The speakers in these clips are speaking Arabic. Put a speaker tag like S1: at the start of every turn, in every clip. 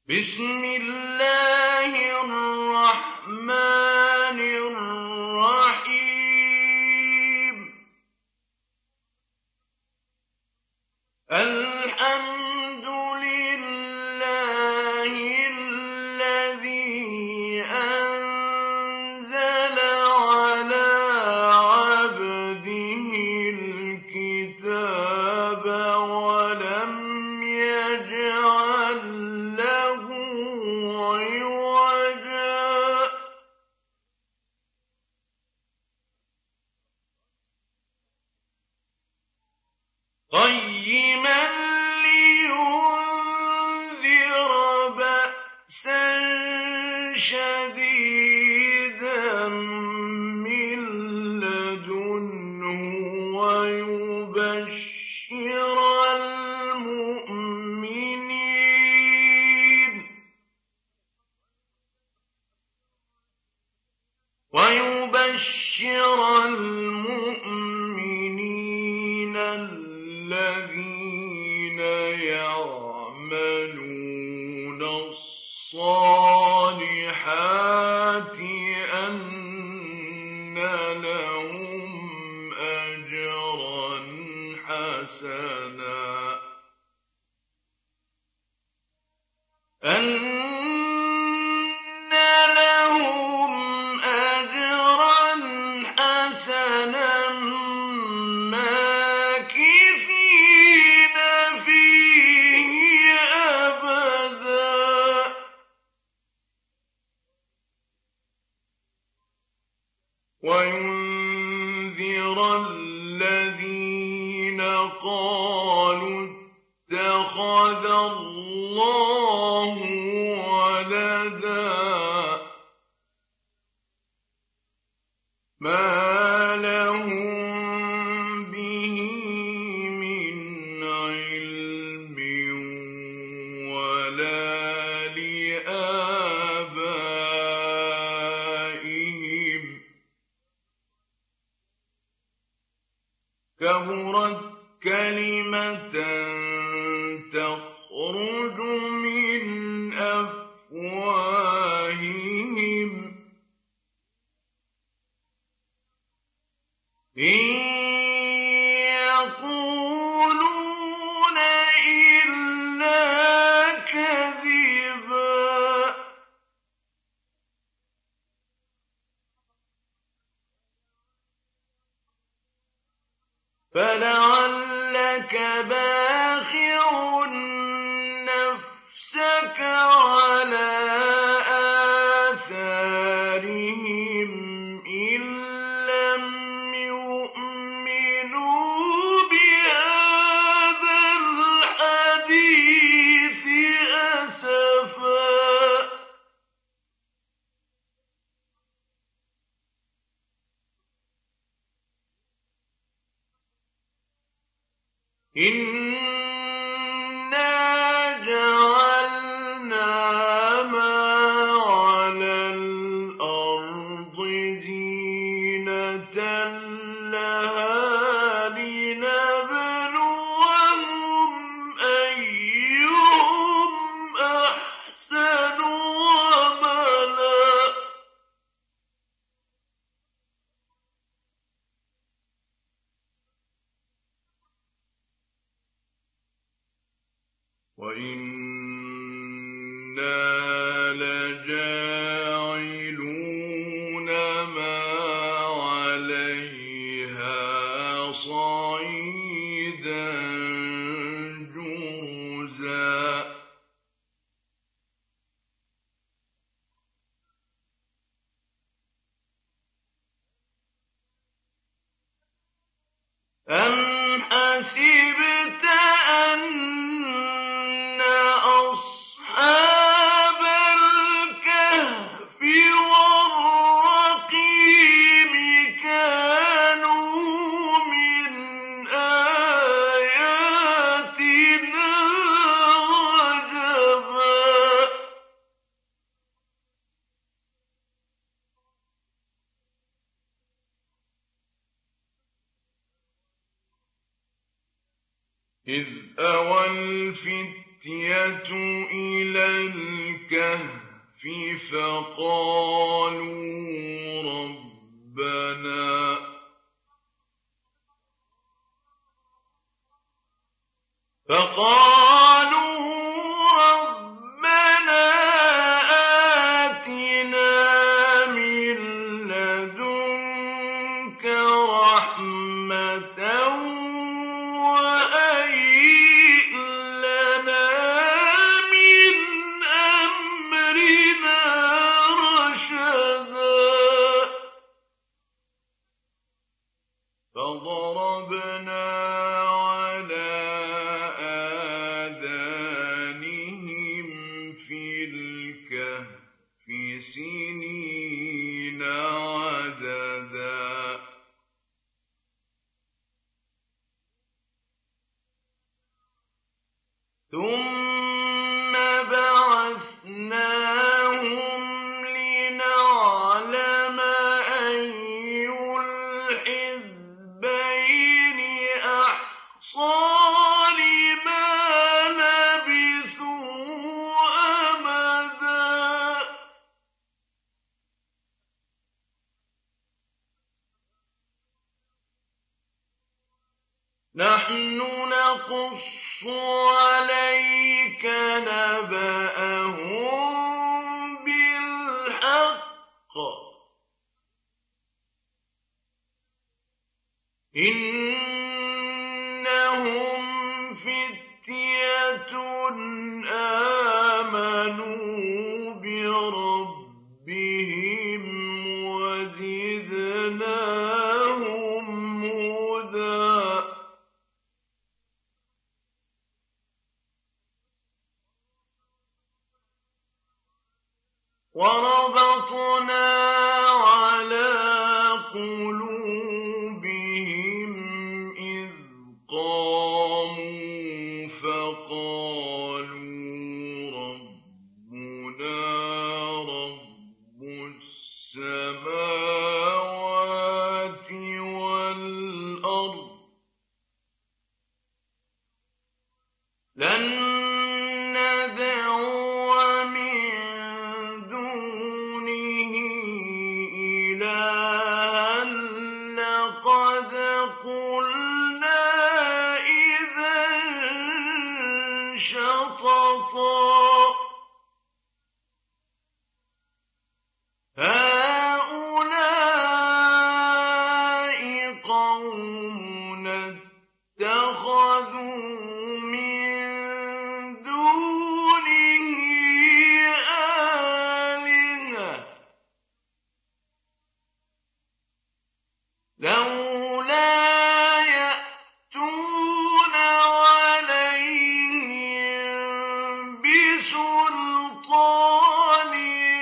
S1: بسم الله الرحمن الرحيم الحمد لله الذي أنزل على عبده الكتاب ولم يجعل له عوجا قيما لينذر بأسا شديدا من لدنه ويبشر المؤمنين الذين يعملون الصالحات أن لهم أجرا حسنا ماكثين فيه أبدا وينذر الذين قالوا اتخذ الله ولدا ما لهم به من علم ولا لآبائهم كبرت كلمة تخرج من أفواههم إن يقولون إلا كذبا فلعلك باخع نفسك على آثارهم إن لم يؤمنوا بهذا الحديث أسفا إنا جعلنا ما على الأرض زينة لها لنبلوهم أيهم أحسن عملا وإنا لجاعلون ما عليها صعيدا جرزا أم حسبت أن أصحاب الكهف والرقيم كانوا من آياتنا عجبا إذ أوى الفتية إلى الكهف فقالوا ربنا آتنا من لدنك رحمة وهيئ لنا من أمرنا رشدا فضربنا على آذانهم في الكهف سنين عددا ثم بعثناهم لنعلم أي الحزبين أحصى لما لبثوا أمدا نحن نقص عليك نبأهم بالحق إنهم فتية آمنوا بربهم وزدناهم هدى وربطنا على قلوبهم إذ قاموا فقالوا ربنا رب السماوات والأرض لن ندعو من دونه إلها لقد قلنا إذا شططا هؤلاء قومنا اتخذوا من دونه آلهة لولا يأتون عليهم بسلطان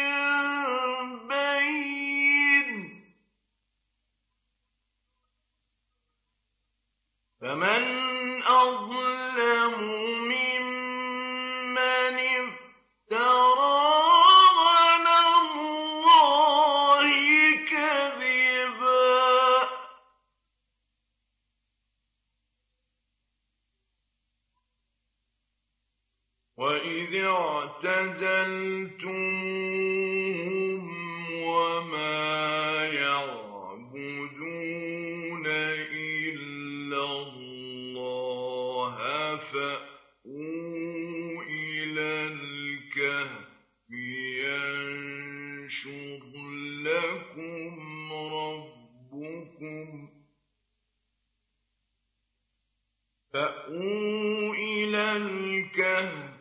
S1: بين فمن أظلم ممن افترى على الله كذبا وإذ اعتزلتموهم وما يعبدون إلا الله فأووا إلى الكهف ينشر لكم ربكم فأووا إلى الكهف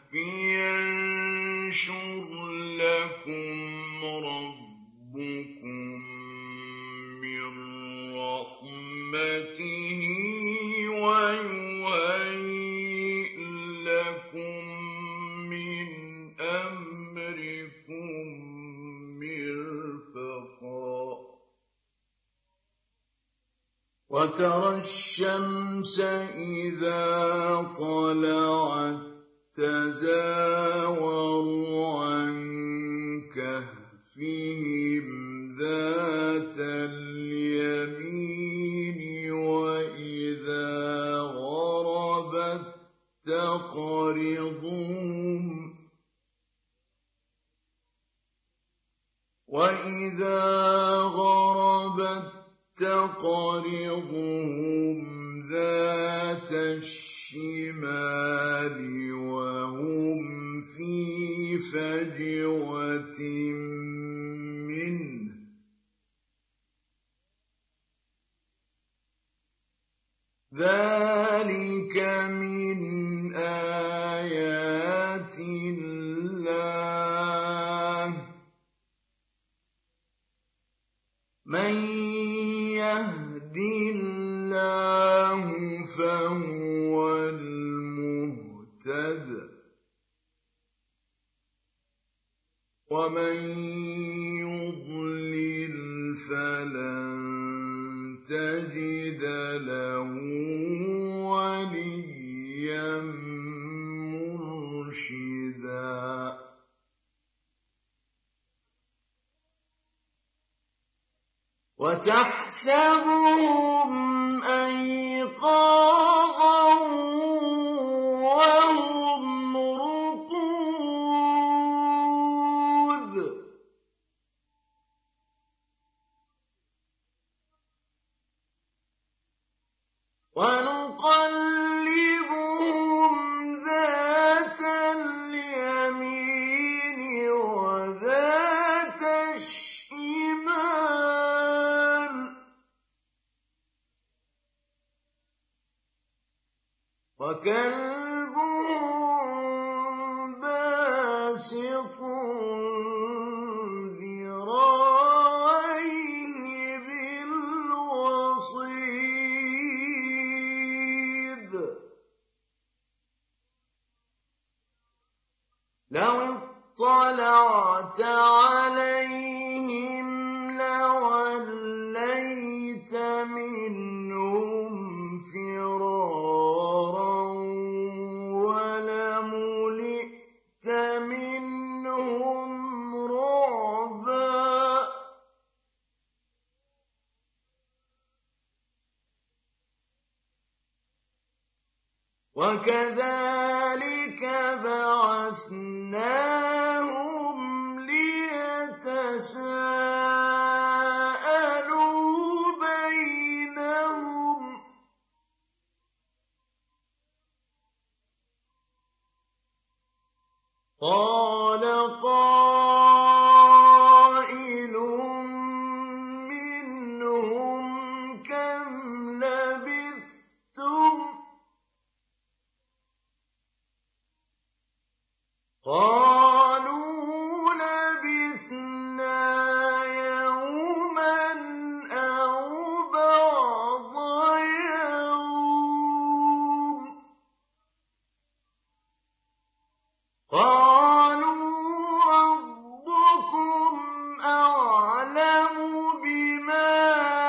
S1: ينشر لكم ربكم من رحمته ويهيئ لكم من أمركم مرفقا وترى الشمس إذا طلعت تزاور عن كهفهم ذات اليمين وإذا غربت
S2: 'رَبَّتْ تَقْرِضُهُمْ.
S1: وإذا غربت تقرضهم ذات الشمال وهم في فجوة منه ذلك من آيات الله من يهد الله فهو المهتد ومن يضلل فلن تجد له وليا مرشدا وتحسبهم أيقاظا وهم رقود ونقلبهم ذات اليمين وذات الشمال وكلبهم باسط ذراعيه بالوصيد لو اطلعت عليهم لوليت منهم فرارا ولملئت منهم رعبا وكذلك بعثناهم ليتساءلوا بينهم قال قائل منهم كم لبثتم قالوا لبثنا يوما أو بعض يوم قالوا ربكم أعلم بما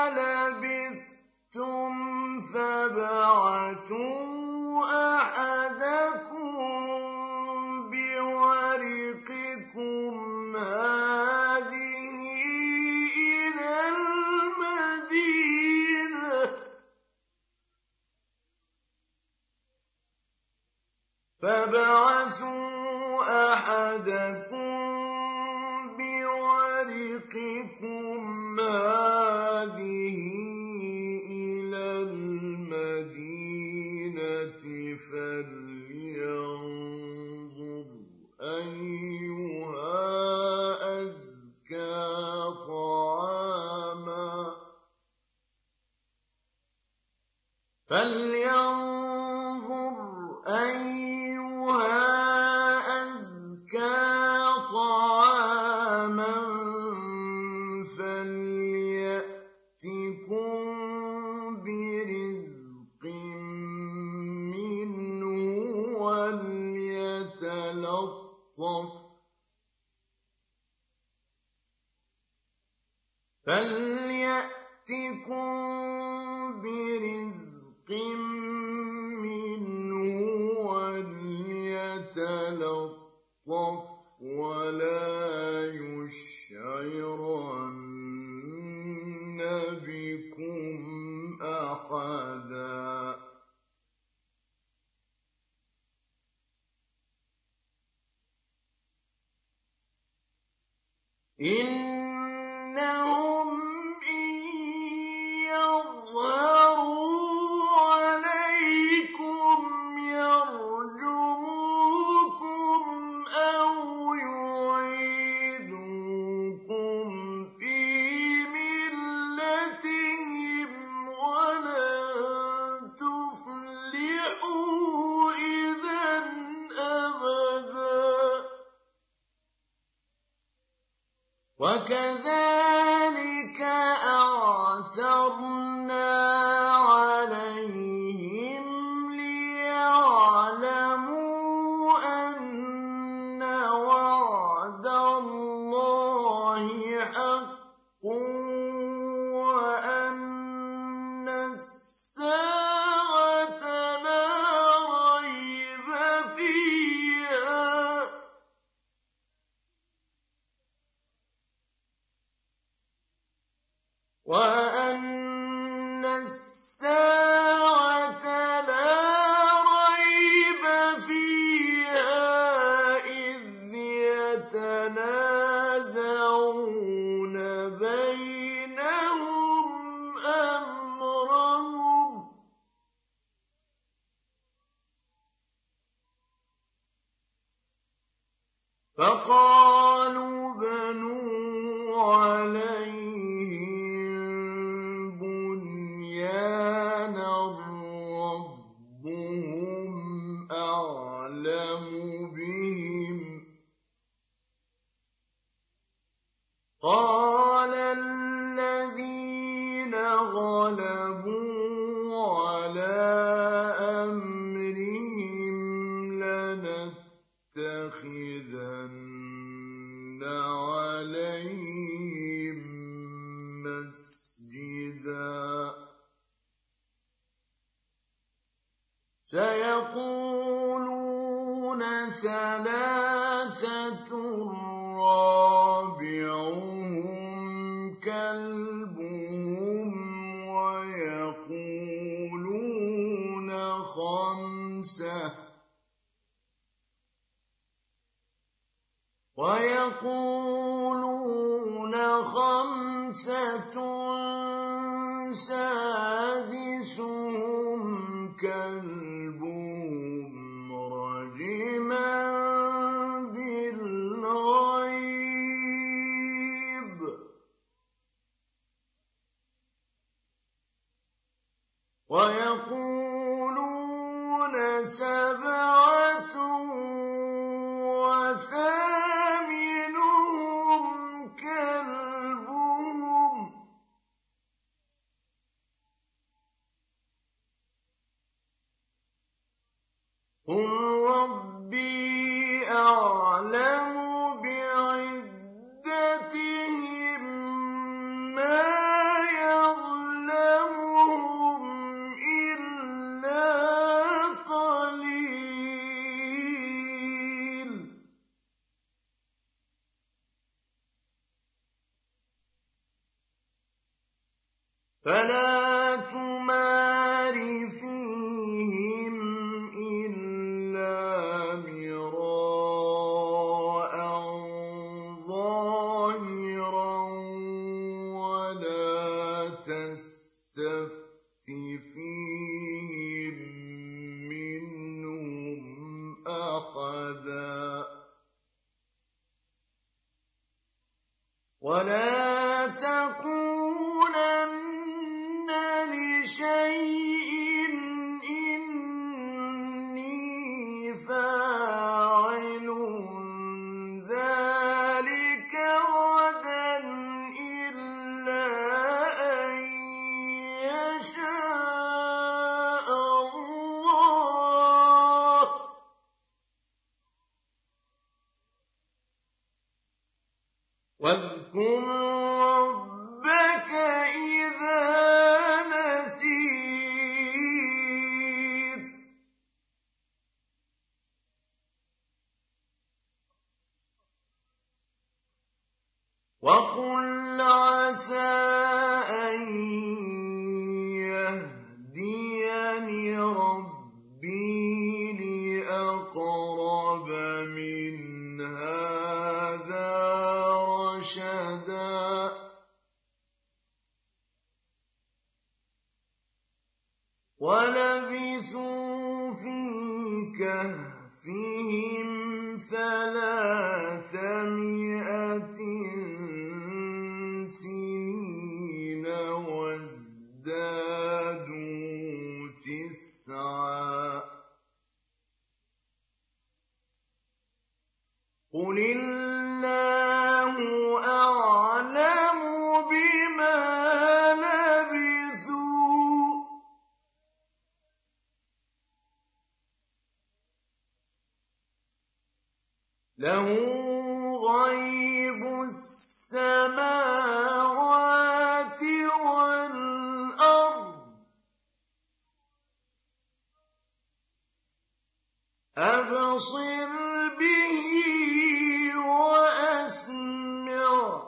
S1: لبثتم فابعثوا أحدكم بورقكم هذه إلى المدينة فابعثوا أحدكم بورقكم هذه إلى المدينة فلينظر أيها أزكى طعاما فليأتكم برزق منه وليتلطف ولا يشعرن بكم أحدا إن وكذلك أعثرنا عليهم ليعلموا أن وعد الله حق وأن الساعة لا ريب فيها إذ يتنازعون بينهم أمرهم فقالوا بنوا عليهم بنيانا ربهم أعلم بهم قال الذين غلبوا على أمرهم لنتخذن عليهم مسجدا سيقولون ثلاثة رابعهم كلبهم ويقولون خمسة سادسهم كلبهم رجما بالغيب ويقولون سبعة وثامنهم كلبهم قل ربي أعلم بعدتهم ما يعلمهم إلا قليل فلا تمار فيهم إلا مراء ظاهرا ولا تستفت فيهم منهم أحدا ولا تقولن لشيء إني فاعل ذلك غدا إلا أن يشاء الله واذكر ربك إذا نسيت وقل عسى أن يهديني ربي لأقرب من هذا رشدا ولبثوا في كهفهم 300 سنين وازدادوا 9 قل الله أعلم السماوات والأرض أبصر به وأسمع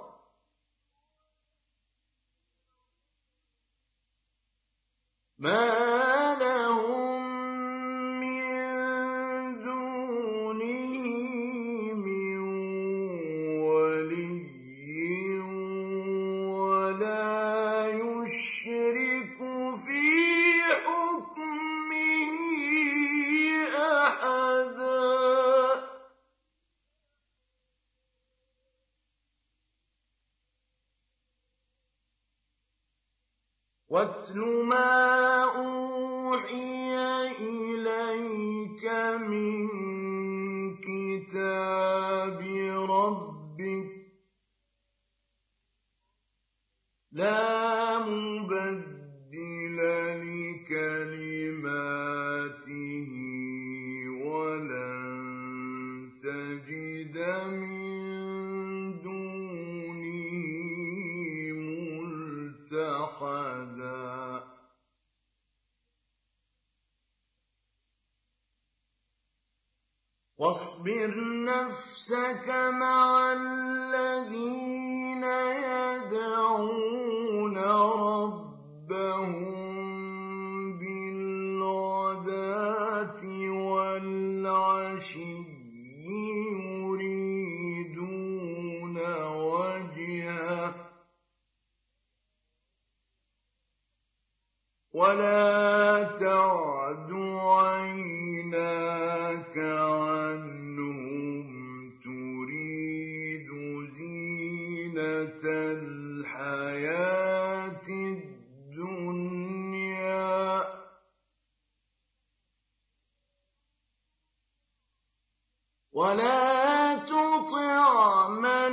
S1: ما لهم من دونه من ولي ولا يشرك في حكمه أحدا واتل ما أوحي إليك من كتاب ربك لا مبدل لكلماته ولن تجد من دونه ملتحدا واصبر نفسك مع الذين يدعون ربهم بالغداة والعشي يريدون وجهه ولا تعد عيناك عنهم تريد زينة الحياة الدنيا ولا تطع من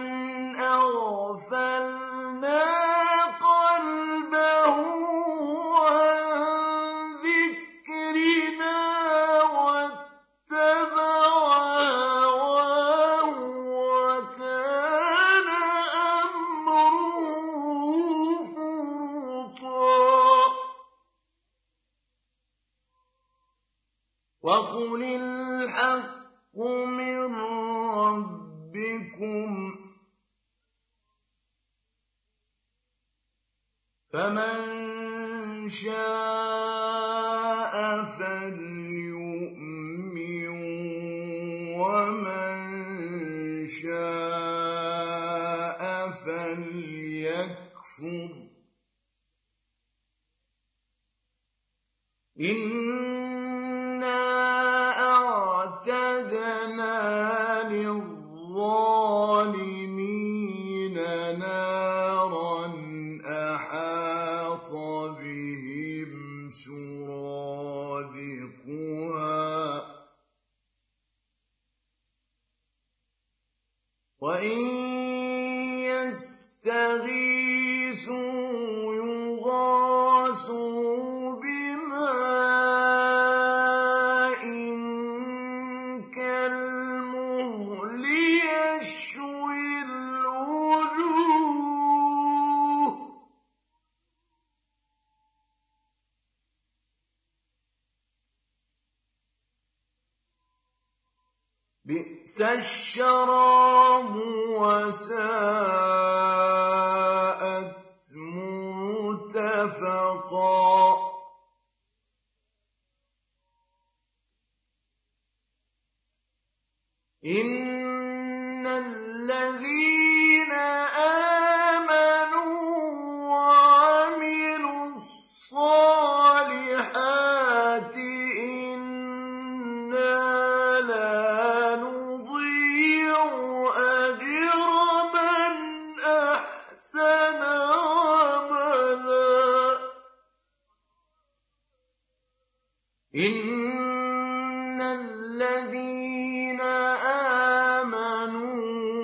S1: أغفلنا قلبه عن ذكرنا واتبع هواه وكان أمره فرطا وقل الحق من ربكم فمن شاء فليؤمن ومن شاء فليكفر إنا أعتدنا للظالمين نارا أحاط بهم سرادقها وإن يستغيثوا يغاثوا بماء كالمهل يشوي الوجوه بئس الشراب وساءت مرتفقا إن الذين آمنوا وعملوا الصالحات إنا لا نضيع أجر من أحسن عملا إن الذين آمنوا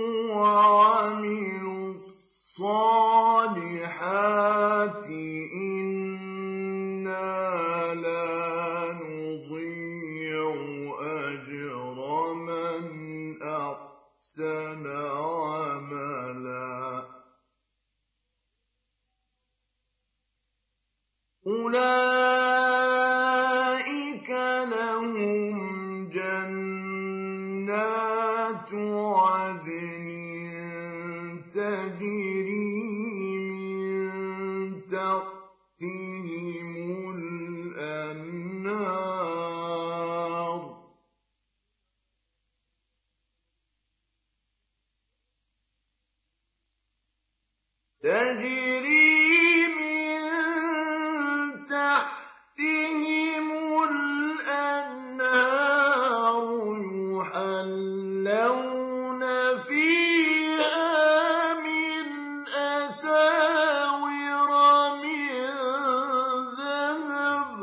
S1: وعملوا الصالحات إنا لا نضيع أجر من أحسن عملا تجري من تحتهم الأنهار يحلون فيها من أساور من ذهب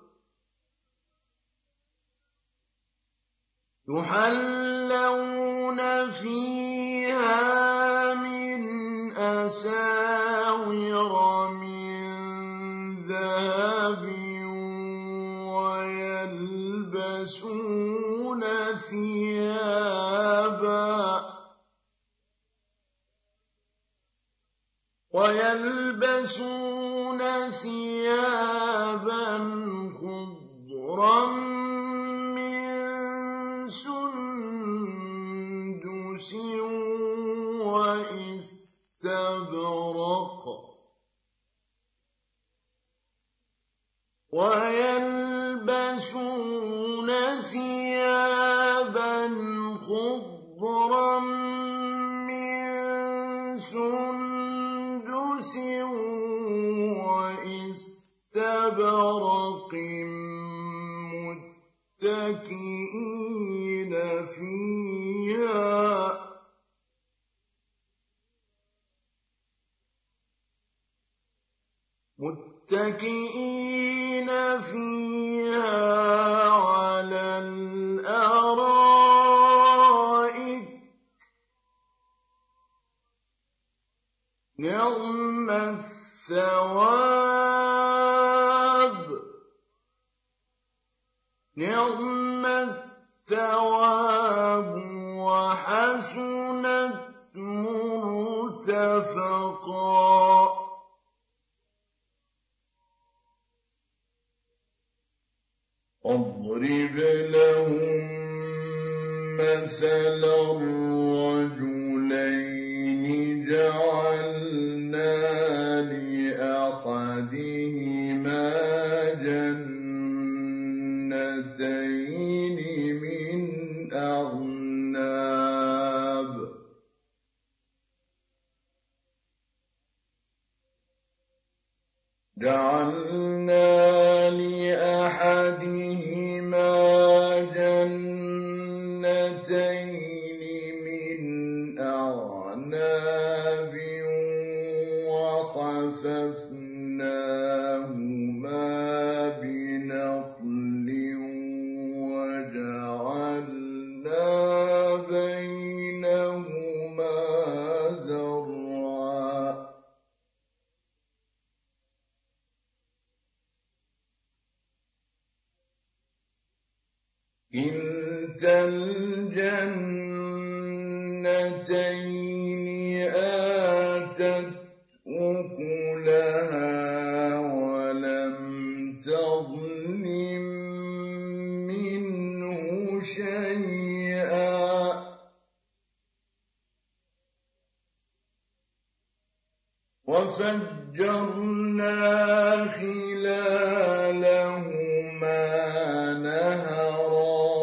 S1: ويلبسون ثيابا خضرا من سندس وإستبرق ويلبسون ثيابا خضرا من سندس وإستبرق متكئين فيها على الأرائك نعم الثواب وحسنت مرتفقا واضرب لهم مثلا الرجلين جعلنا لأحدهما جنتين من أعناب وحففناهما بنخل وجعلنا بينهما زرعا كلتا الجنتين آتت أكلها ولم تظلم منه شيئا وفجرنا خلالهما نهرا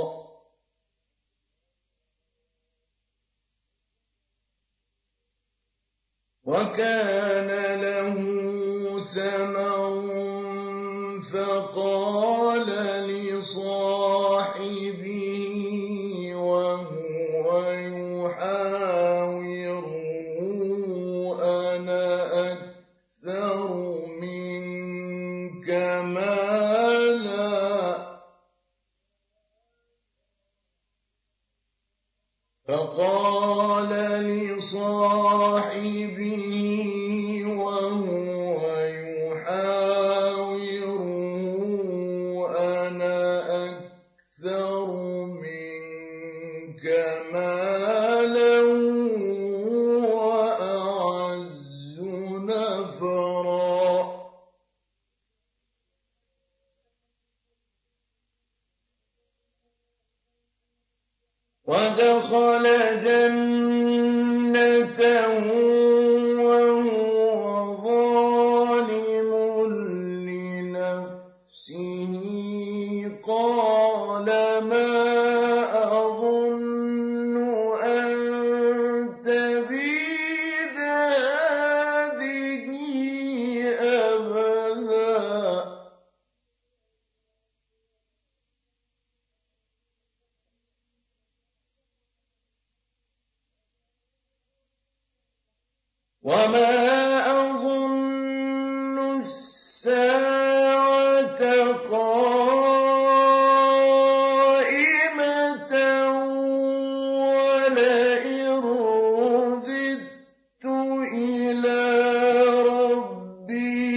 S1: وكان له ثمر فقال لصاحبه وهو يحاوره أنا أكثر منك مالا فقال لصاحبه وهو يحاوره أنا أكثر منك مالا وأعز نفرا ودخل جنته وما أظن الساعة قائمة ولئن رددت إلى ربي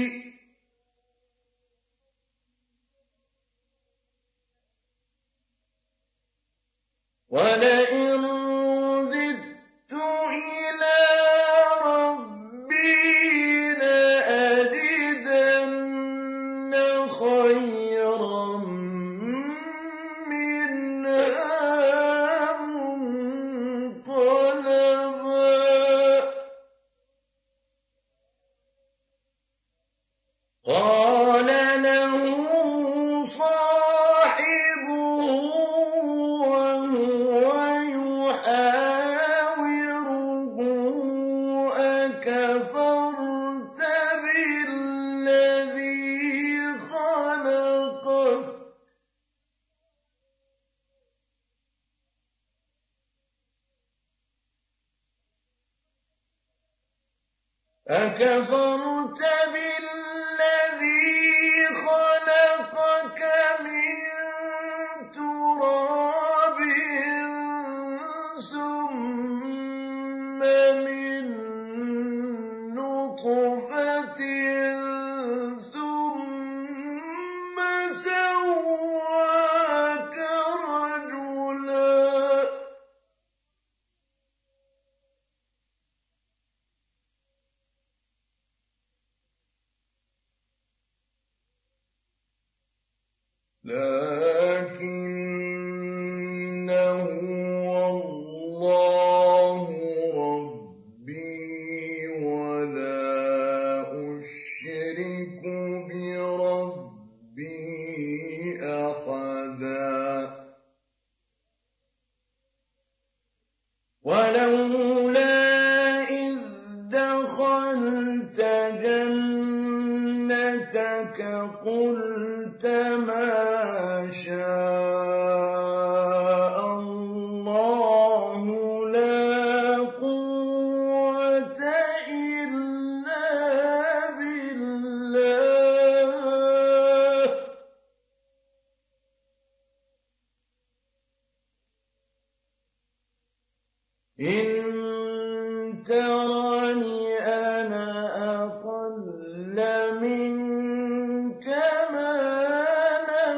S1: لأجدن خيرا منها منقلبا قال له صاحبه وهو يحاوره أكفرت بالذي خلقك خلقك من تراب ثم من نطفة ثم سواك رجلا لكن هو الله ربي ولا أشرك بربي أحدا ولولا إذ دخلت جنتك قلت ما شاء الله لا قوة إلا بالله إن ترني أنا أقل منك مالا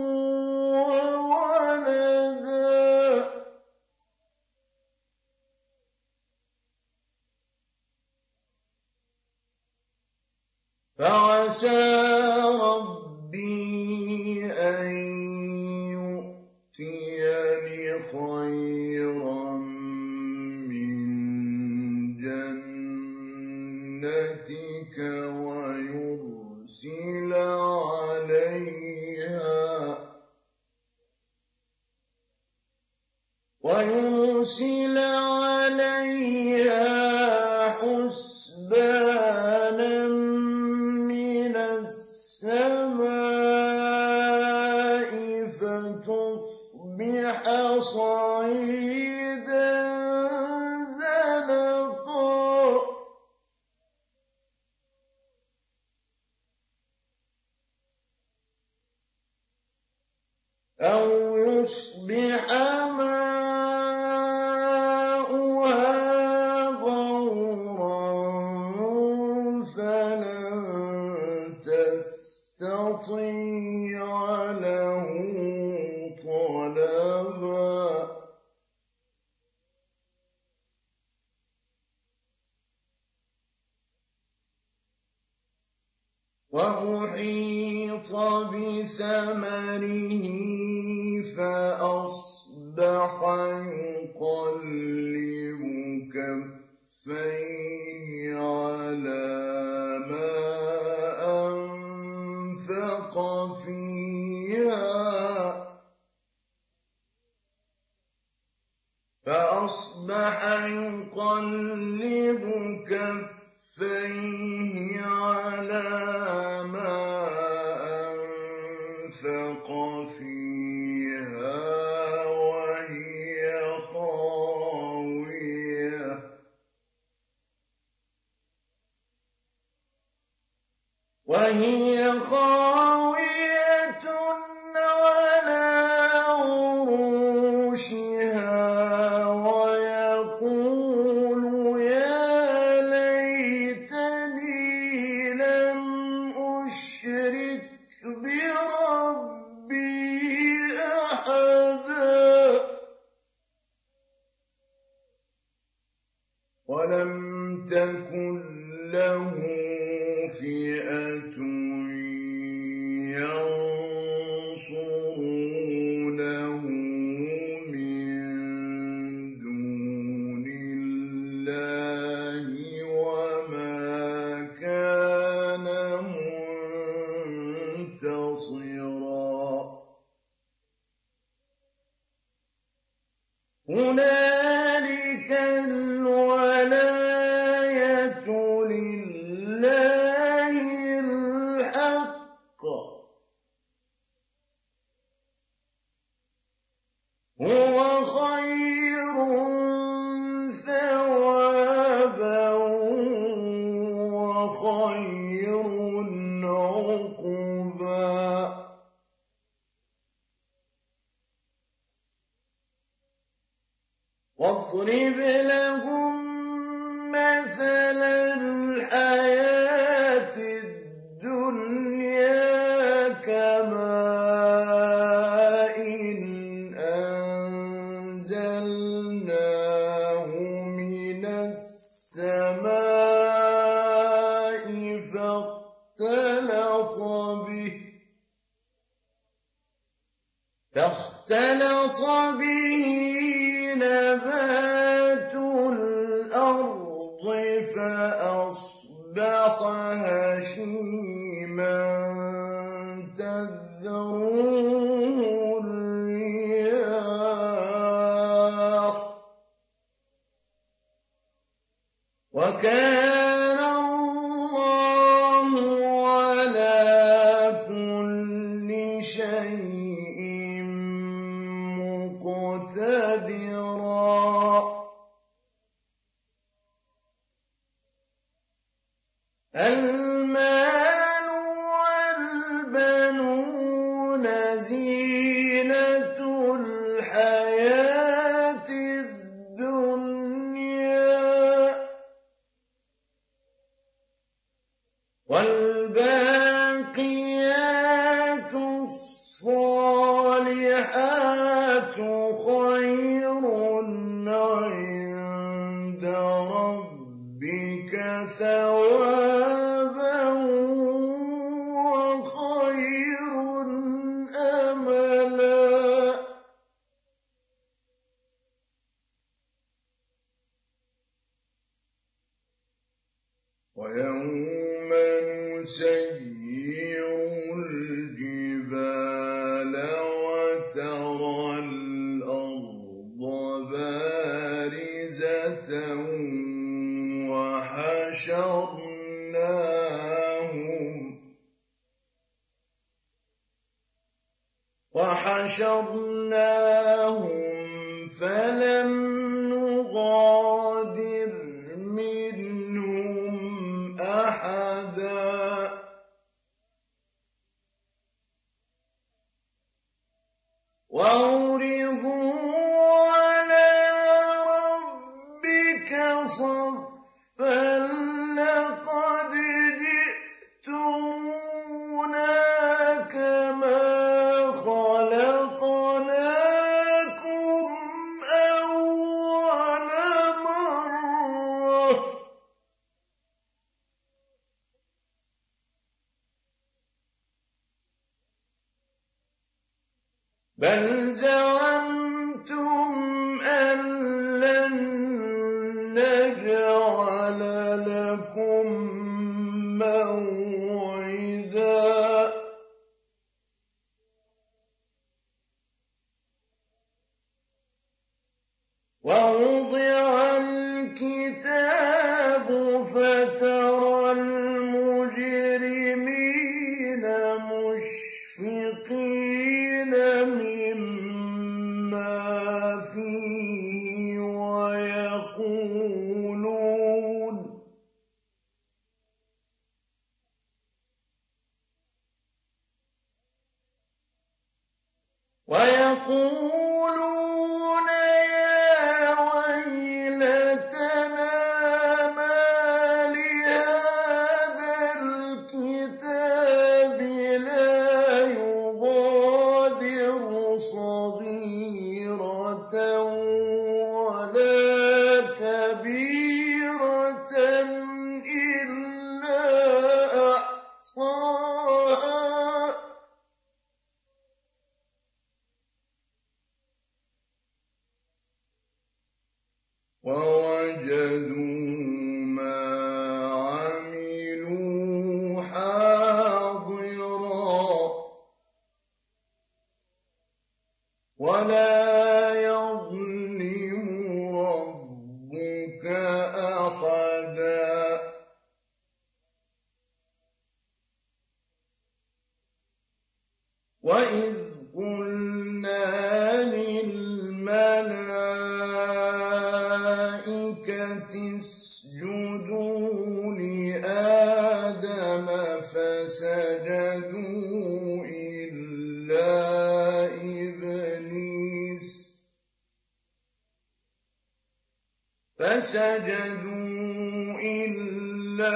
S1: وولدا فعسى ربي أن يؤتيني خيرا من جنتك ويرسل عليها حسبانا من السماء فتصبح صعيدا زلقا أو يصبح ماؤها غورا فلن تستطيع له طلبا وأحيط بثمره فأصبح يقلب كفيه على ما أنفق فيها وهي خاوية وهي خاوية على عروشها ويقول يا ليتني لم أشرك بربي أحدا ولم تكن له فئة ينصرونه من دون الله وما كان منتصرا هنالك الولاية لله الحق هو خير ثوابا وخير عقبا واضرب لهم مثل الحياة الدنيا كماء أنزلناه من السماء فاختلط به نبات الأرض فأصبح هشيما تذروه الرياح وكان الله على كل شيء مقتدرا المال والبنون زينة الحياة الدنيا والباقيات الصالحات خير عند ربك ثوابا وخير أملا ويوم نسير الجبال وترى الأرض بارزة وحشرناهم فلم نغادر منهم أحدا وعرضوا على ربك صفا لقد جئتمونا كما خلقناكم أول مرة بل زعمتم أن لن نجعل لكم موعدا ووضع الكتاب فترى المجرمين مشفقين مما فيه ويقولون يا ويلتنا ما لهذا الكتاب لا يغادر صغيرة ولا كبيرة إلا أحصاها ووجدوا ما عملوا حاضرا ولا يظلم ربك أحدا وإذ قلنا للملائكة اسجدوا لآدم فسجدوا إلا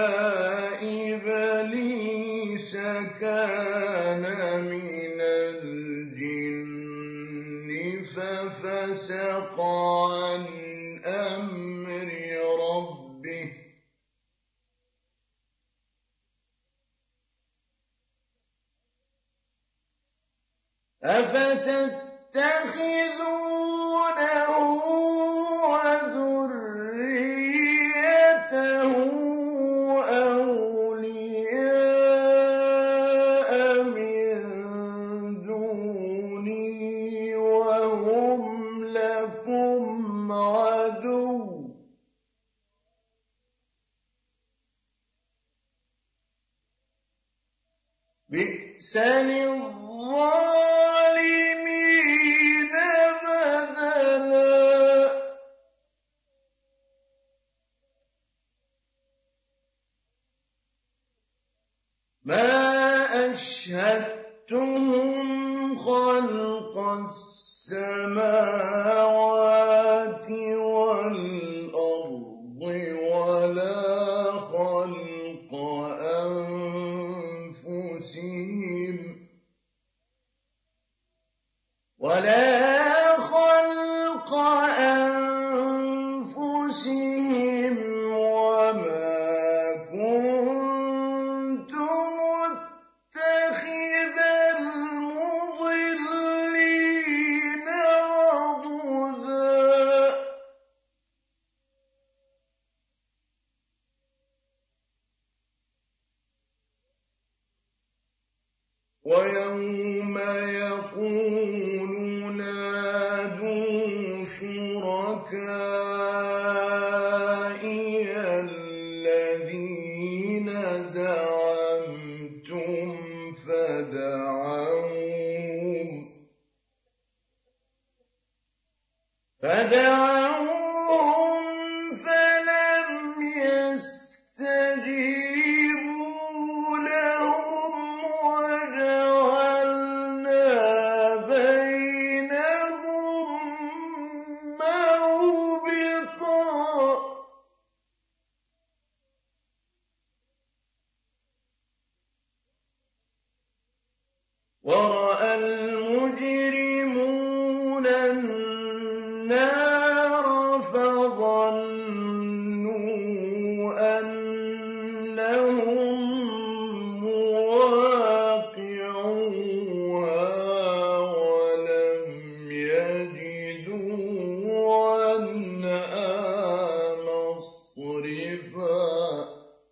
S1: إبليس كان من الجن ففسق عن أمر ربه أفتتخذونه وذريته أولياء من دوني وهم لكم عدو بئس للظالمين بدلا ما أشهدتهم خلق السماوات والأرض ولا خلق أنفسهم وما كنت متخذ المضلين عضدا ويوم يقول نادوا شركائي الذين زعمتم فدعوهم فلم يستجيبوا لهم وجعلنا بينهم موبقا ورأى المجرمون النار فظنوا أنهم مواقعوها ولم يجدوا عنها مصرفا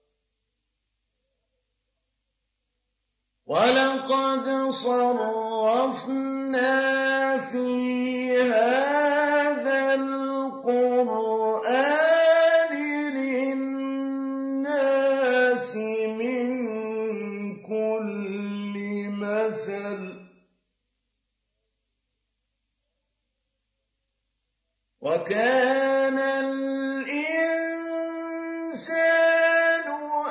S1: ولقد صرفنا في هذا القرآن للناس من كل مثل وكان الإنسان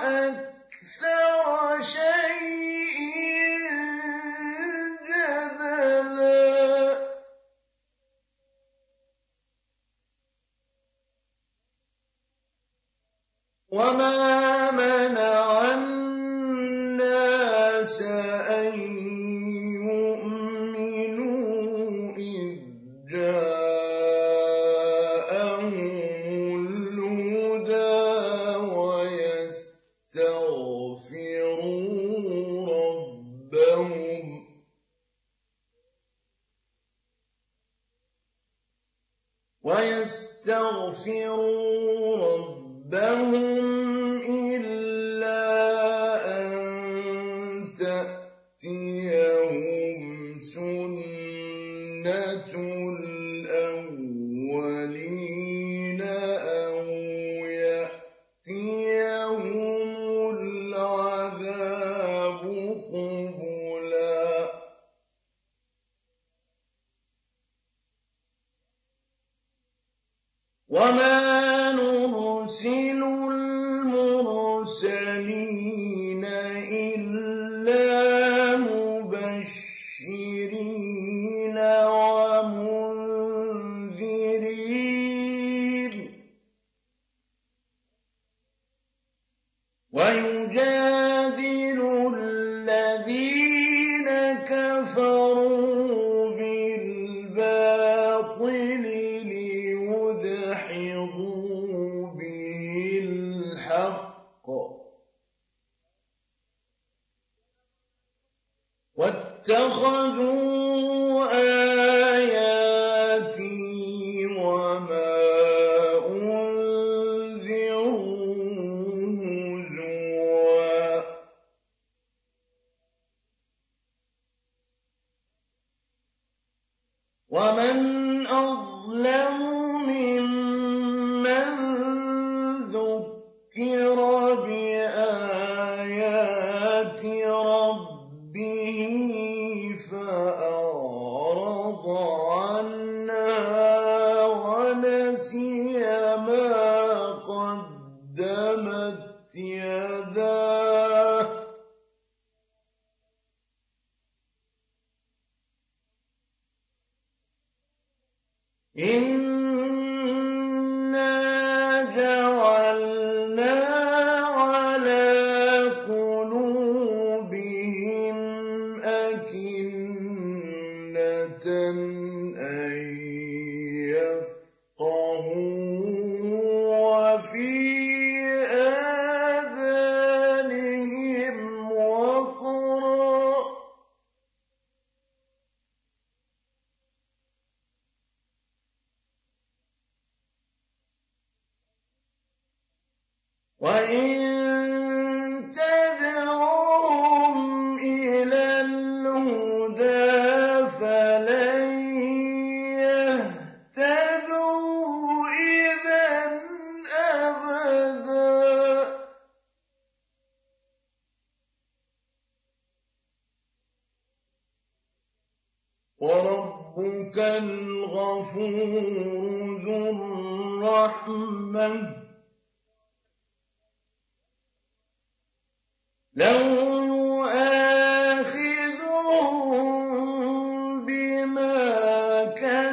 S1: أكثر شيء جدلا وما منع الناس أن يؤمنوا إذ جاءهم الهدى ويستغفروا ربهم إلا أن تأتيهم سنة الأولين أو يأتيهم العذاب قبلا وما نرسل المرسلين إلا مبشرين ومنذرين ويجادل الذين كفروا بالباطل ليدحضوا به الحق واتخذوا آياتي وما أنذروا هزوا ومن أظلم ممن ذكر بآيات ربه فأعرض عنها ونسي ما قدمت يداه إنا جعلنا على قلوبهم أكنة أن يفقهوا وفي آذانهم وقرا وإن تدعوهم إلى الهدى فلن يهتدوا إذا أبدا وربك الغفور ذو الرحمة لو يؤاخذهم بما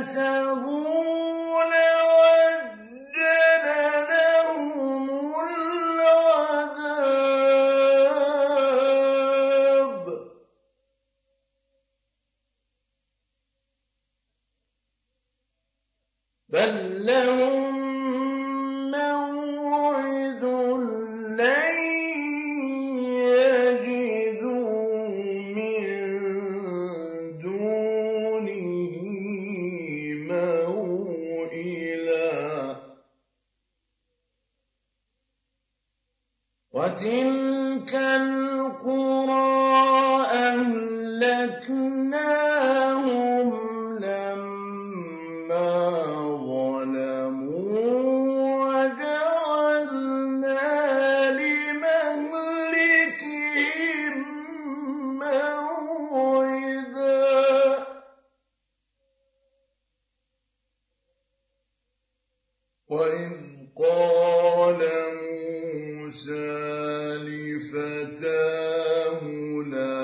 S1: كسبوا لعجل لهم العذاب بل لهم موعد لن يجدوا من دونه موئلا وتلك القرى أهلكناهم لما ظلموا وجعلنا لمهلكهم موعدا وإذ قال موسى لفتاه لا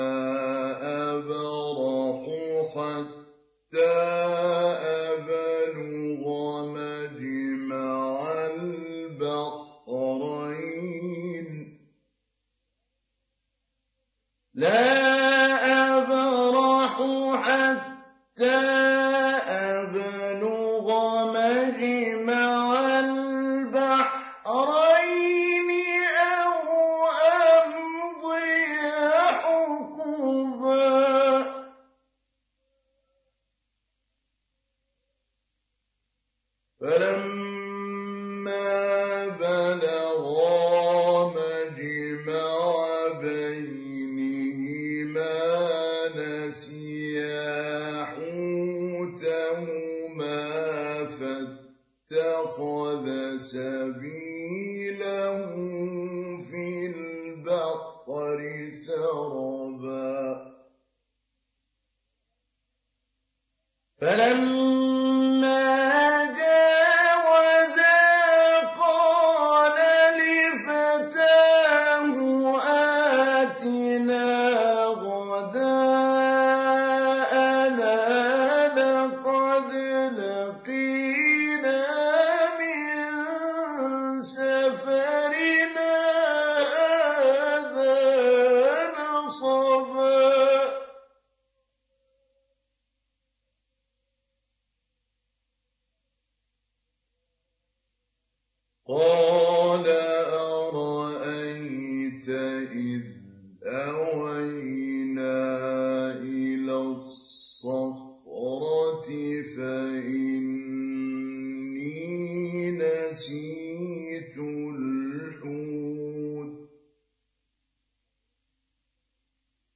S1: أبرح حتى أبلغ مجمع البحرين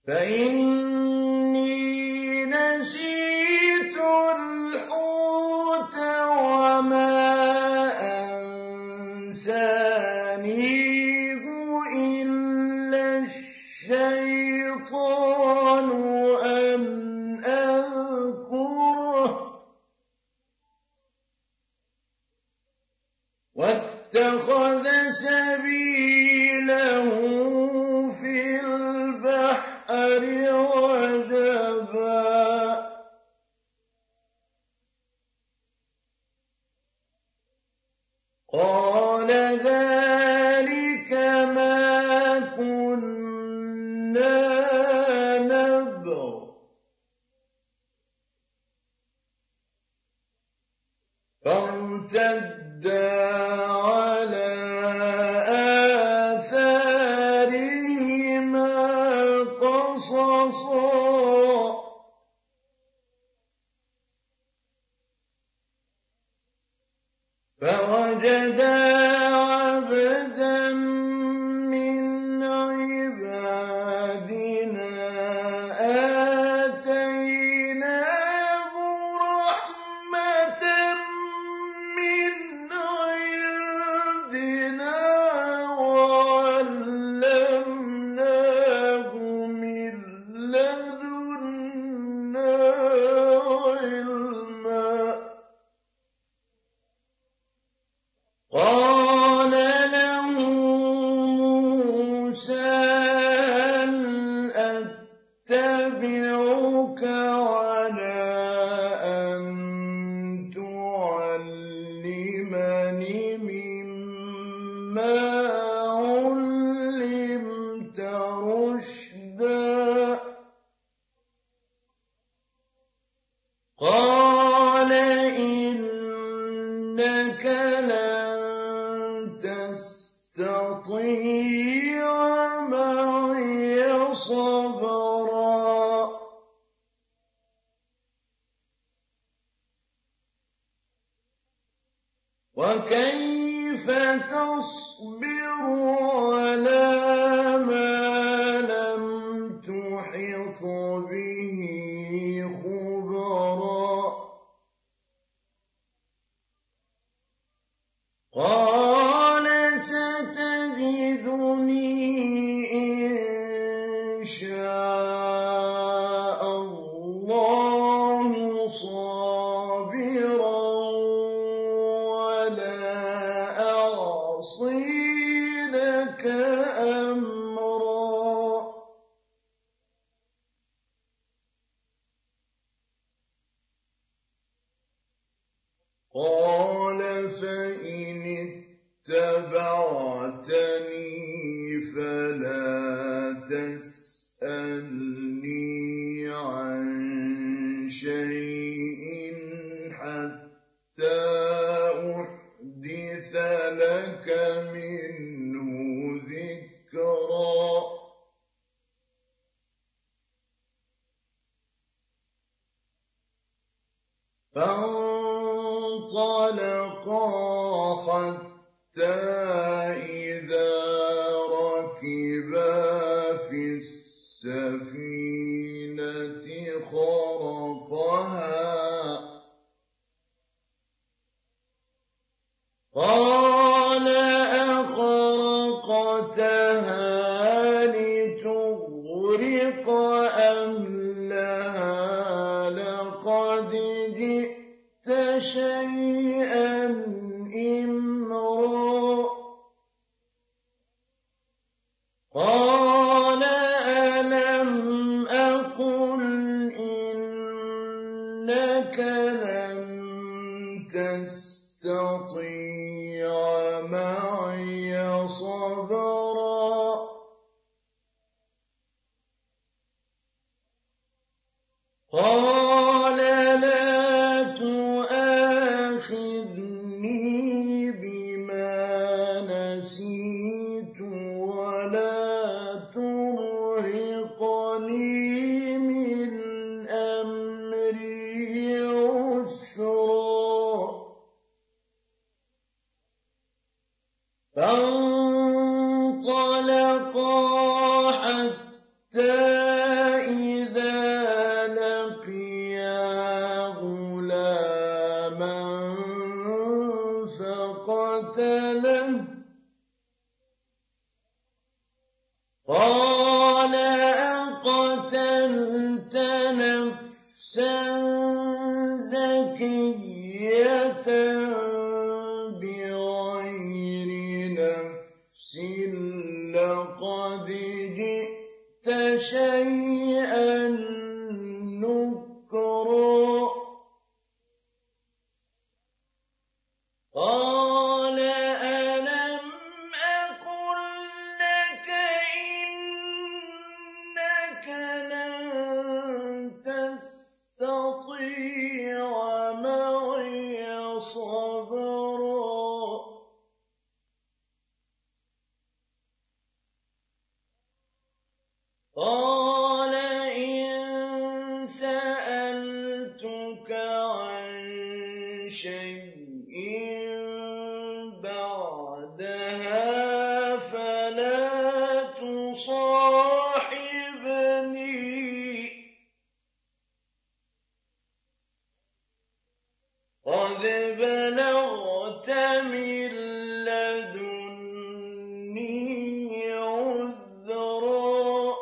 S1: فإني نسيت الحوت وما أنسانيه إلا الشيطان أن أذكره واتخذ سبيله في البحر عجبا قال ذلك ما كنا نبغ فارتدا على آثارهما قصصا فوجدا عبدا من عبادنا آتيناه رحمة من عندنا وعلمناه من لدنا علما قال له موسى هل أتبعك على أن تعلمني مما علمت رشدا قال إنك لن تستطيع معي صبرا وكيف تصبر على ما لم تحط به خبرا قال ستجدني إن شاء الله صابرا ولا أعصي لك أمرا قال فإن اتبعتني فلا تسألني عن شيء حتى أحدث لك منه ذكرا فانطلقا حتى إذا ركبا في السفينة خرقها قال أخرقتها لتغرق أهلها لقد جئت شيئا إمرا قال ألم أقل إنك لن تستطيع معي صبرا قال لا تؤاخذني بما نسيت ولا ترهقني من أمري عسرا فانطلقا حتى لقد جئت شيئا نكرا قال ألم أقل لك إنك لن تستطيع معي صبرا قال إن سألتك عن شيء بعدها فلا تصاحبني قد بلغت من لدني عذرا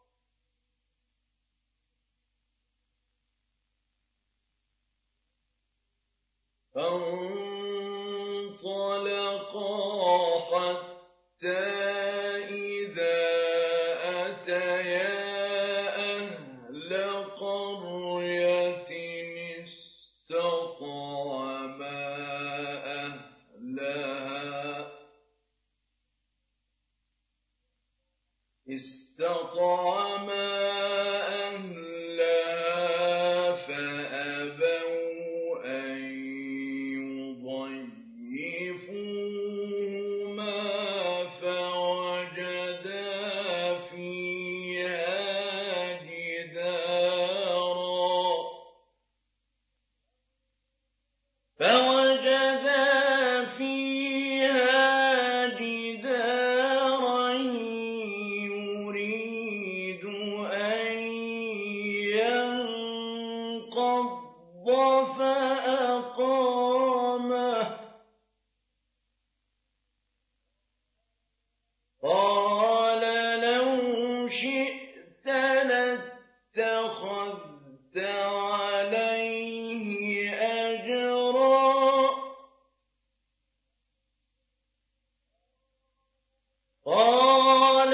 S1: فانطلقا حتى إذا أتيا أهل قرية استطعما أهلها فأبوا أن يضيفوهما فوجدا فيها جدارا يريد أن ينقض فأقامه قال لو شئت لاتخذت عليه أجرا قال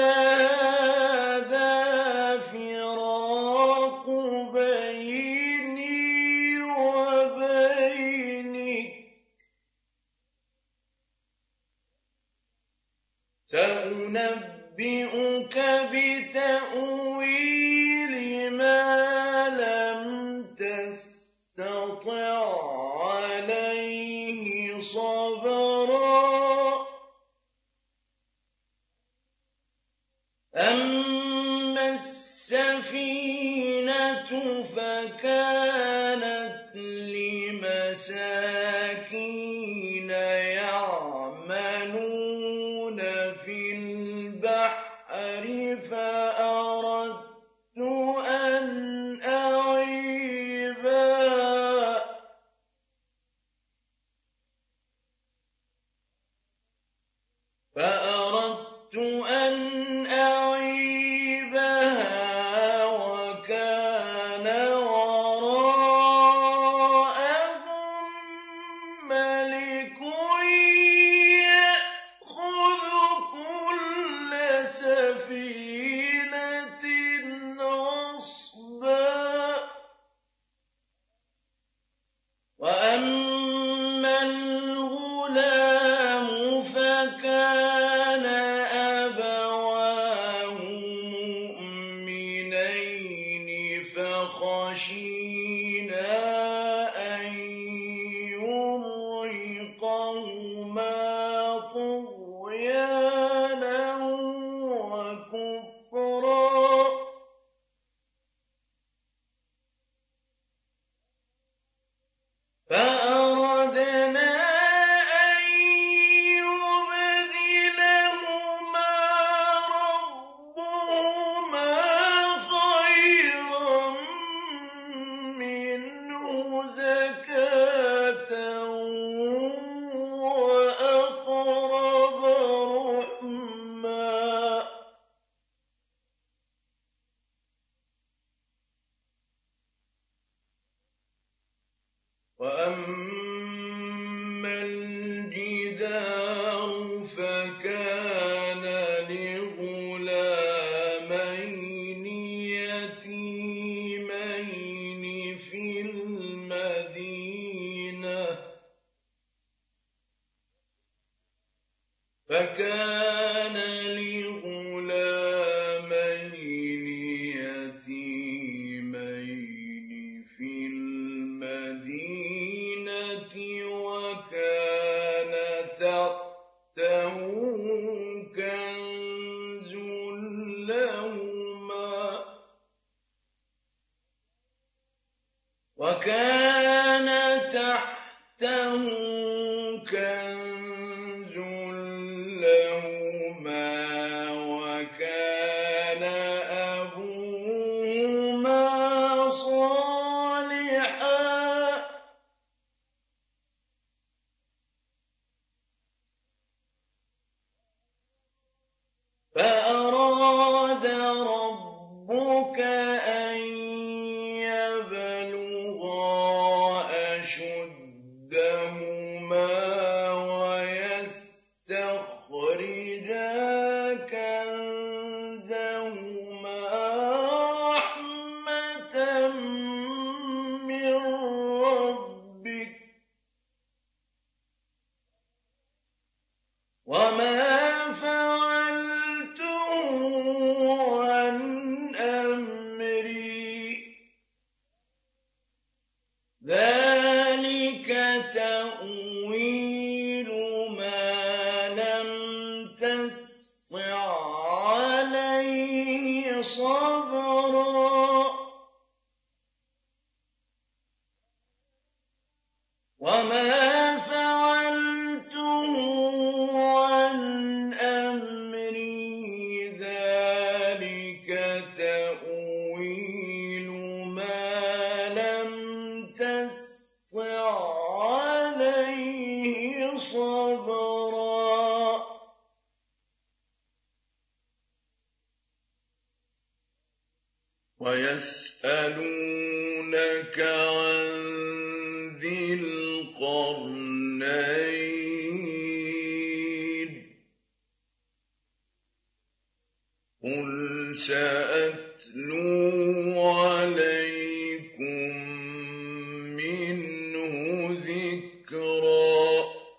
S1: هذا فراق بيني وبينك سأنبئك بتأويل ما لم تستطع عليه صبرا أما السفينة فكانت لمساكين يعملون في البحر فأردت أن أعيبها وكان وراءهم ملك يأخذ كل سفينة غصبا وأما الغلام فكان أبواه مؤمنين فخشينا أن يرهقهما طغيانا وكفرا فأردنا أن يبدلهما ربهما خيرا منه زكاة وأقرب رحما وأما الجدار فكان لغير فأراد ربك أن يبلغا أشدهما ويستخرجا كنزهما رحمة من ربك وما فعلته عن أمري ذلك تأويل ما لم تسطع عليه صبرا وما فعلته عن أمري ذلك تأويل ما لم تسطع عليه صبرا ويسألونك عن ذي القرنين قل سأتلو عليكم منه ذكرا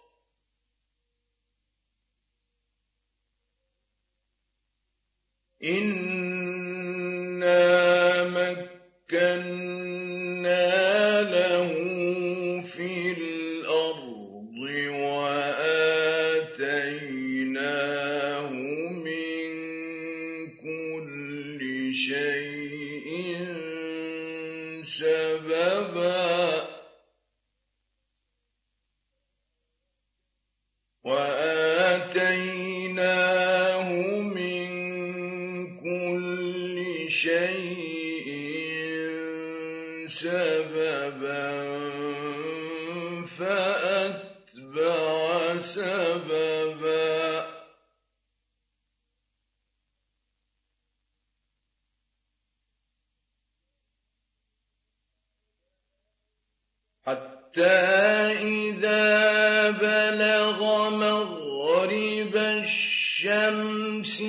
S1: إنا مكنا له في الأرض وآتيناه من كل شيء سببا وآتيناه من كل شيء سببا فأتبع سببا حتى إذا بلغ مغرب الشمس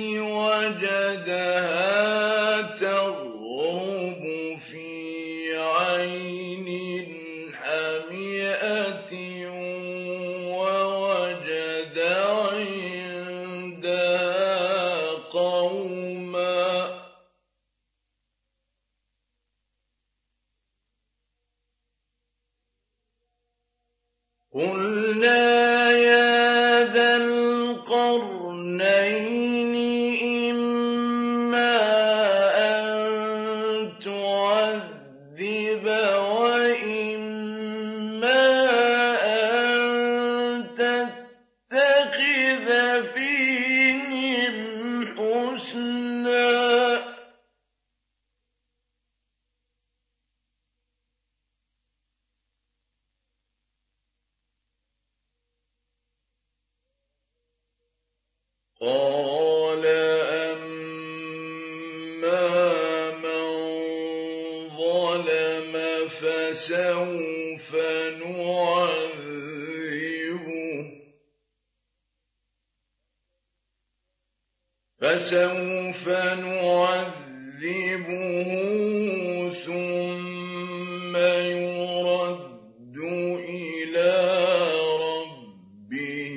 S1: وجدها تغرب في عين حمئة ووجد عندها قوما قلنا يا ذا القرنين إما أن تعذب وإما أن تتخذ فيهم حسنا قال أما من ظلم فسوف نعذبه ثم يرد إلى ربه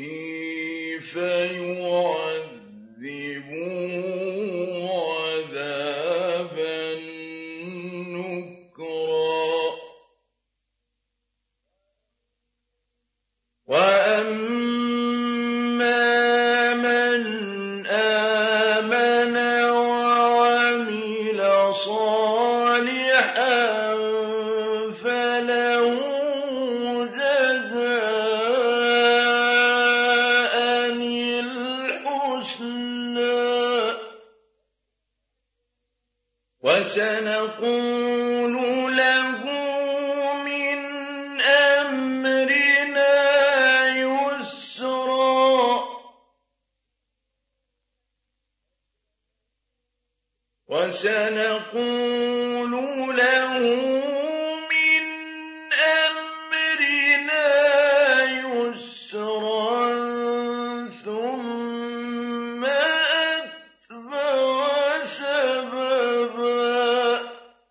S1: فيعذبه عذابا نكرا وأما من آمن وعمل صالحا فله جزاء الحسنى وسنقول له من أمرنا يسرا وَسَنَقُولُ لَهُ مِنْ أَمْرِنَا يُسْرًا ثُمَّ أَتْبَعَ سَبَبًا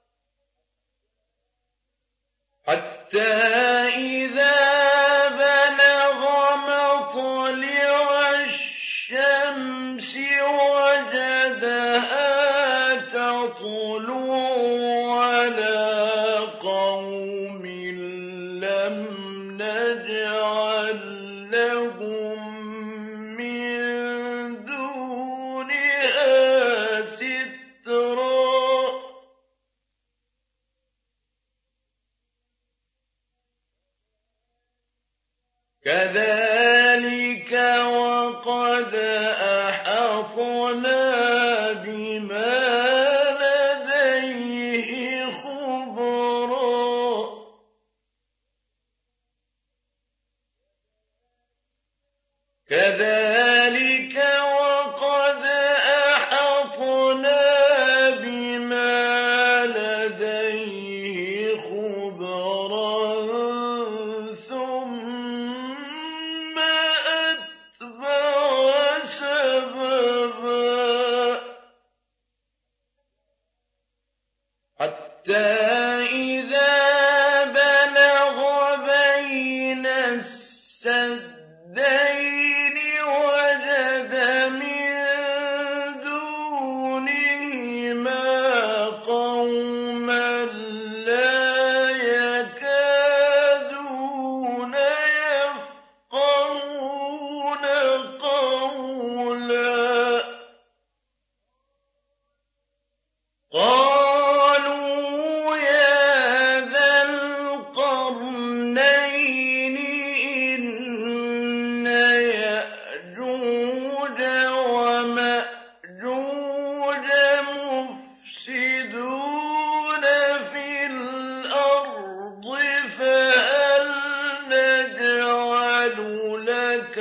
S1: حَتَّىٰ إِذَا بَلَغَ مَطْلِعَ الشَّمْسِ وَجَدَهَا تَطْلُعُ عَلَىٰ قَوْمٍ لَّمْ نَجْعَل لَّهُم مِّن دُونِهَا سِتْرًا كَذَٰلِكَ وَقَدْ أَحَطْنَا بِمَا لَدَيْهِ خُبْرًا كَذَٰلِكَ وَقَدْ أَحَطْنَا بِمَا لَدَيْهِ خُبْرًا ثُمَّ أَتْبَعَ سَبَبًا حَتَّىٰ إِذَا بَلَغَ بَيْنَ السَّدَّيْنِ وَجَدَ مِن دُونِهِمَا قَوْمًا لَّا يَكَادُونَ يَفْقَهُونَ قَوْلًا قَالُوا يَا ذَا الْقَرْنَيْنِ إِنَّ يَأْجُوجَ وَمَأْجُوجَ مُفْسِدُونَ فِي الْأَرْضِ فَهَلْ نَجْعَلُ لَكَ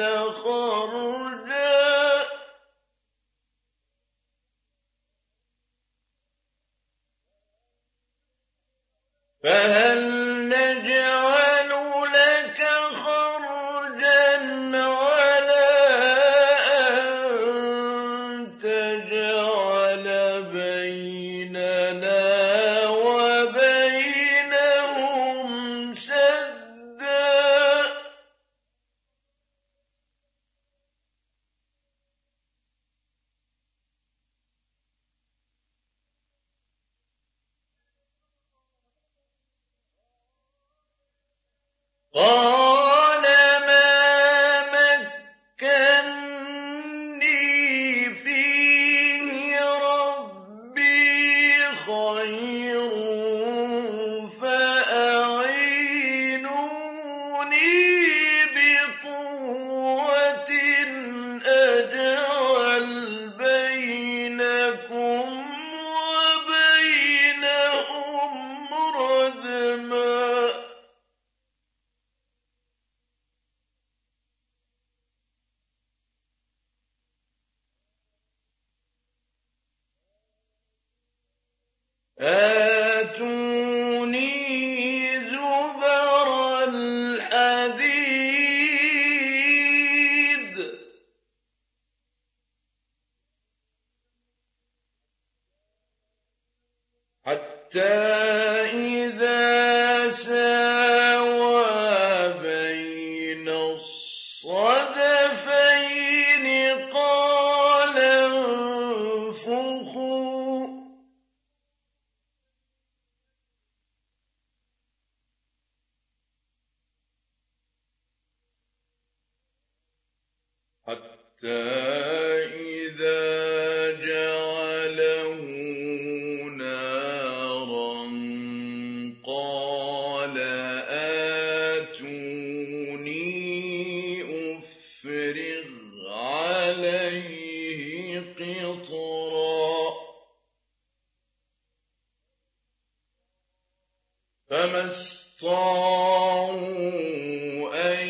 S1: خَرْجًا عَلَىٰ أَن تَجْعَلَ بَيْنَنَا وَبَيْنَهُمْ سَدًّا قَالَ مَا مَكَّنِّي فِيهِ رَبِّي خَيْرٌ فَأَعِينُونِي بِقُوَّةٍ أَجْعَلْ بَيْنَكُمْ وَبَيْنَهُمْ رَدْمًا آتوني زُبَرَ الْحَدِيدِ حَتَّىٰ إِذَا سَاوَىٰ بَيْنَ الصَّدَفَيْنِ قَالَ انفُخُوا حَتَّىٰ إِذَا جَعَلَهُ نَارًا قَالَ آتُونِي أُفْرِغْ عَلَيْهِ قِطْرًا فَمَا اسْطَاعُوا أَن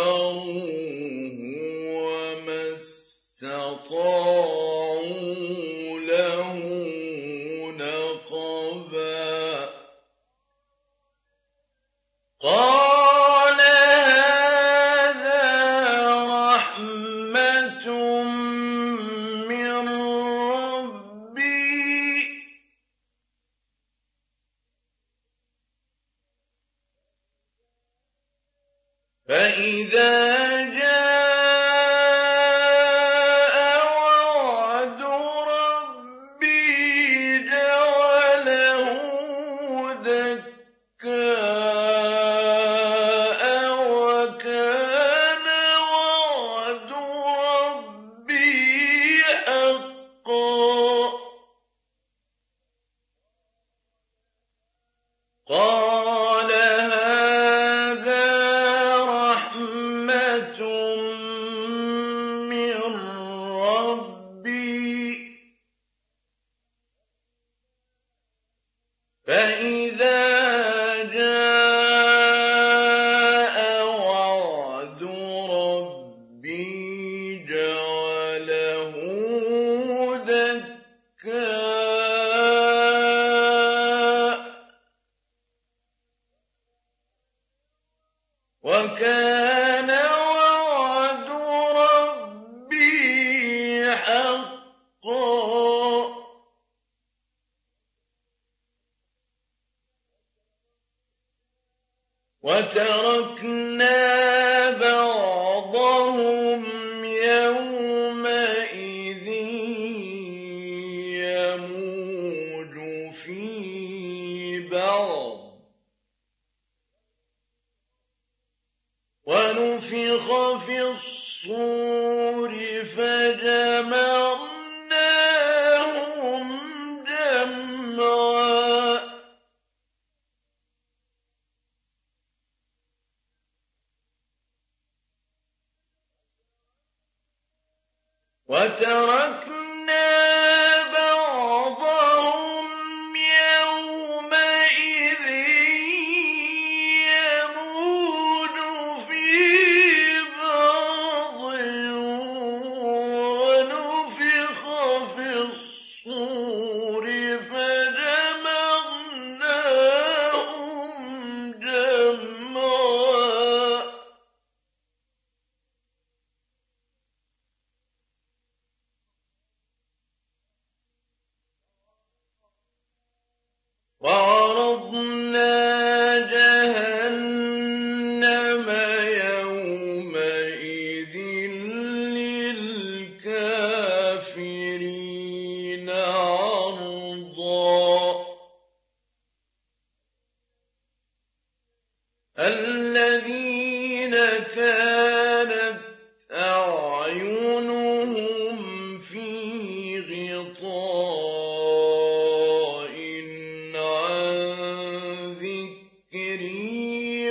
S1: يَظْهَرُوهُ وَمَا اسْتَطَاعُوا من ربي فإذا جاء وعد ربي جعله دكاء وكان وعد ربي حقا قال هذا رحمة من ربي فإذا جاء وعد ربي جعله دكاء وكان وعد ربي حقا وتركنا بعضهم يومئذ يموج في بعض ونفخ في الصور فجمعناهم جمعا وتركنا بعضهم يومئذ يموج في بعض ونفخ في الصور فجمعناهم جمعا وعرضنا جهنم يومئذ للكافرين عرضا الذين كانت أعينهم في غطاء عن ذكري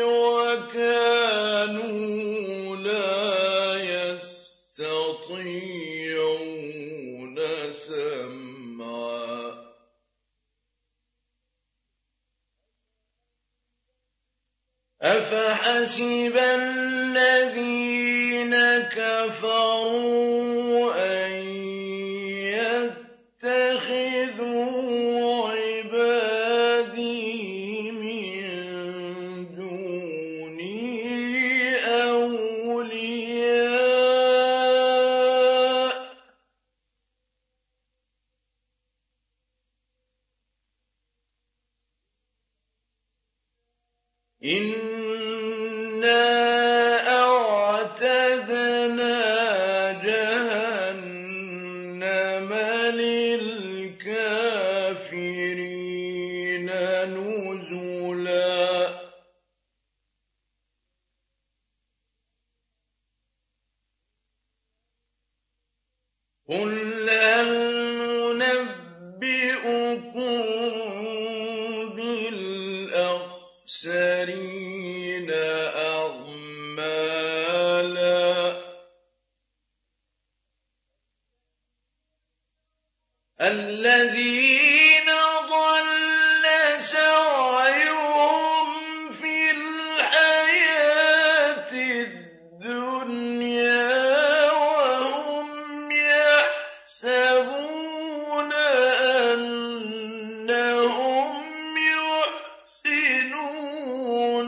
S1: وكانوا لا يستطيعون سمعا أفحسب الذين كفروا أن يتخذوا عبادي من دوني أولياء إنا أعتدنا جهنم للكافرين نزلا قل هل ننبئكم بالأخسرين أعمالا الذين ضل سعيهم في الحياة الدنيا وهم يحسبون أنهم يحسنون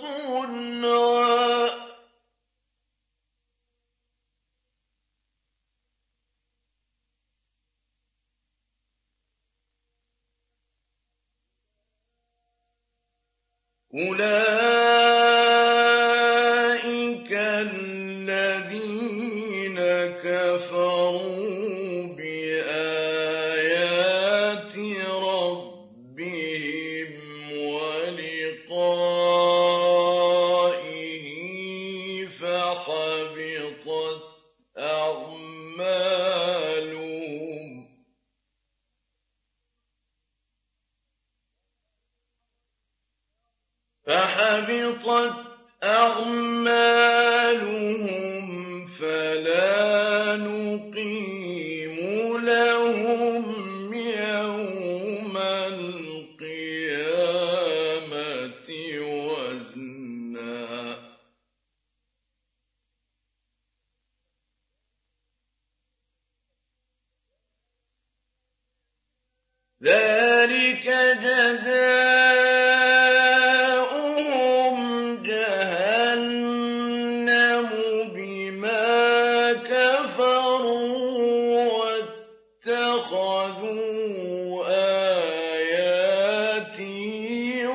S1: صنعا أُولَٰئِكَ الَّذِينَ كَفَرُوا بِآيَاتِ رَبِّهِمْ وَلِقَائِهِ فَحَبِطَتْ أَعْمَالُهُمْ فَلَا نُقِيمُ لَهُمْ يَوْمَ الْقِيَامَةِ وَزْنًا ذَٰلِكَ جَزَاؤُهُمْ جَهَنَّمُ بِمَا كَفَرُوا وَاتَّخَذُوا آيَاتِي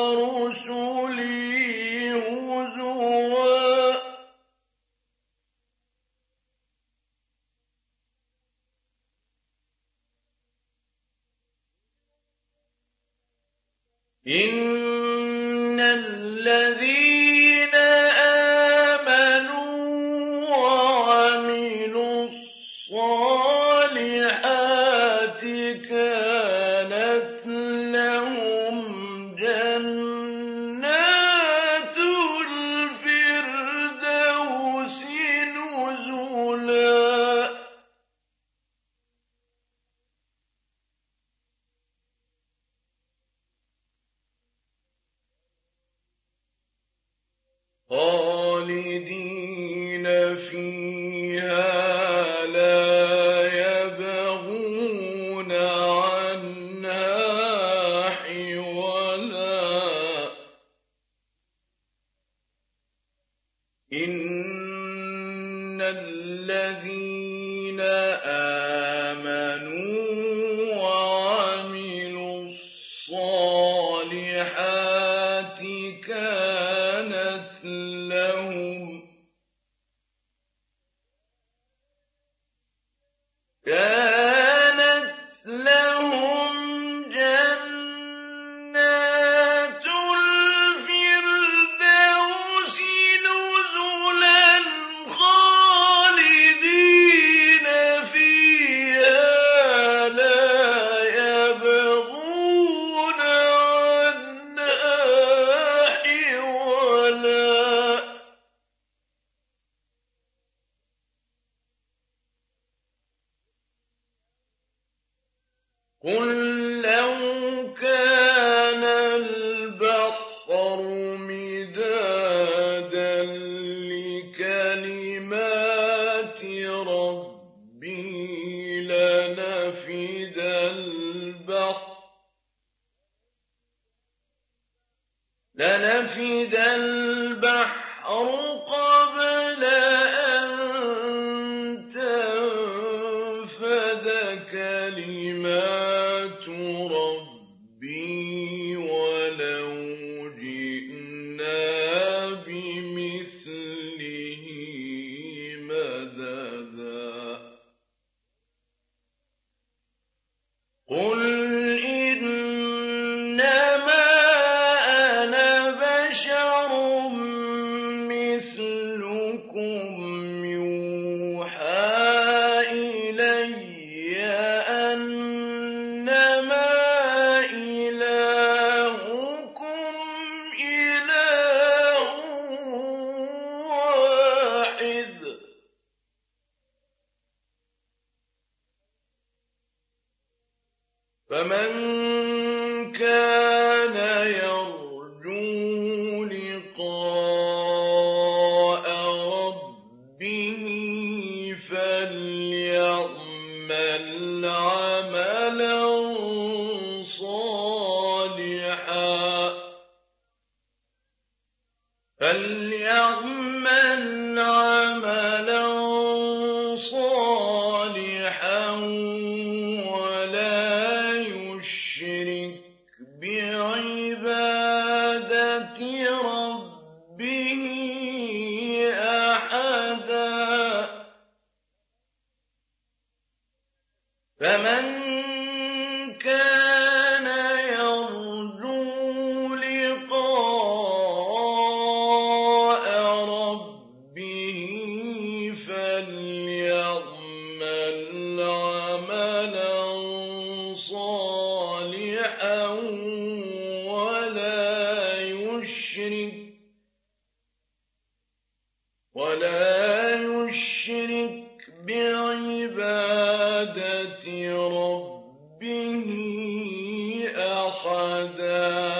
S1: وَرُسُلِي هُزُوًا إِنَّ الَّذِينَ آمَنُوا وَعَمِلُوا الصَّالِحَاتِ كَانَتْ لَهُمْ جَنَّاتُ الْفِرْدَوْسِ نُزُلًا خَالِدِينَ فِيهَا لَا يَبْغُونَ عَنْهَا حِوَلًا إِنَّ الَّذِينَ آمَنُوا وَعَمِلُوا الصَّالِحَاتِ كَانَتْ لَهُمْ جَنَّاتُ الْفِرْدَوْسِ نُزُلًا خَالِدِينَ فِيهَا لَا يَبْغُونَ عَنْهَا حِوَلًا قُل لَّوْ كَانَ الْبَحْرُ مِدَادًا لِّكَلِمَاتِ رَبِّي لَنَفِدَ الْبَحْرُ قَبْلَ أَن تَنفَدَ كَلِمَاتُ رَبِّي وَلَوْ جِئْنَا بِمِثْلِهِ مَدَدًا قُلْ إِنَّمَا أَنَا بَشَرٌ مِّثْلُكُمْ يُوحَىٰ إِلَيَّ أَنَّمَا إِلَٰهُكُمْ إِلَٰهٌ وَاحِدٌ فَمَن كَانَ يَرْجُو لِقَاءَ رَبِّهِ فَلْيَعْمَلْ عَمَلًا صَالِحًا وَلَا يُشْرِكْ بِعِبَادَةِ فمن كان يرجو لقاء ربه فليعمل عملا صالحا ولا يشرك بعبادة ربه أحدا.